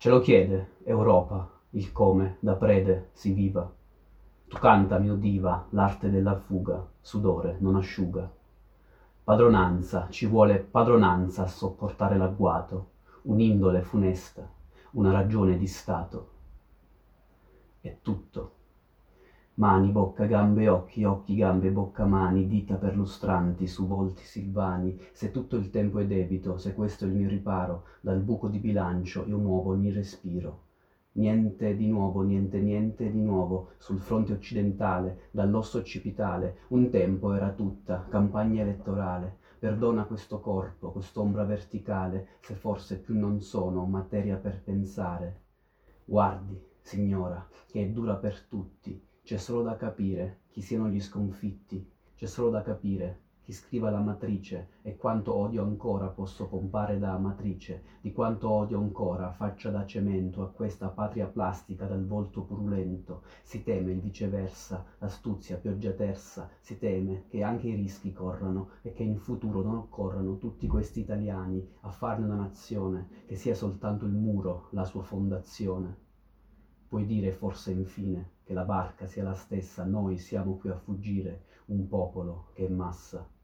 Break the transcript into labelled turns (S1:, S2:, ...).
S1: Ce lo chiede Europa, il come da prede si viva. Tu cantami, o diva, l'arte della fuga, sudore non asciuga. Padronanza, ci vuole padronanza a sopportare l'agguato, un'indole funesta, una ragione di Stato. È tutto. Mani, bocca, gambe, occhi, occhi, gambe, bocca, mani, dita perlustranti su volti silvani. Se tutto il tempo è debito, se questo è il mio riparo, dal buco di bilancio io muovo ogni respiro. Niente di nuovo, niente, niente di nuovo, sul fronte occidentale, dall'osso occipitale, un tempo era tutta, campagna elettorale. Perdona questo corpo, quest'ombra verticale, se forse più non sono materia per pensare. Guardi, signora, che è dura per tutti, c'è solo da capire chi siano gli sconfitti, c'è solo da capire chi scriva la matrice e quanto odio ancora posso pompare da amatrice, di quanto odio ancora faccia da cemento a questa patria plastica dal volto purulento. Si teme il viceversa, l'astuzia pioggia tersa, si teme che anche i rischi corrano e che in futuro non occorrano tutti questi italiani a farne una nazione, che sia soltanto il muro la sua fondazione. Puoi dire forse infine che la barca sia la stessa, noi siamo qui a fuggire, un popolo che è massa.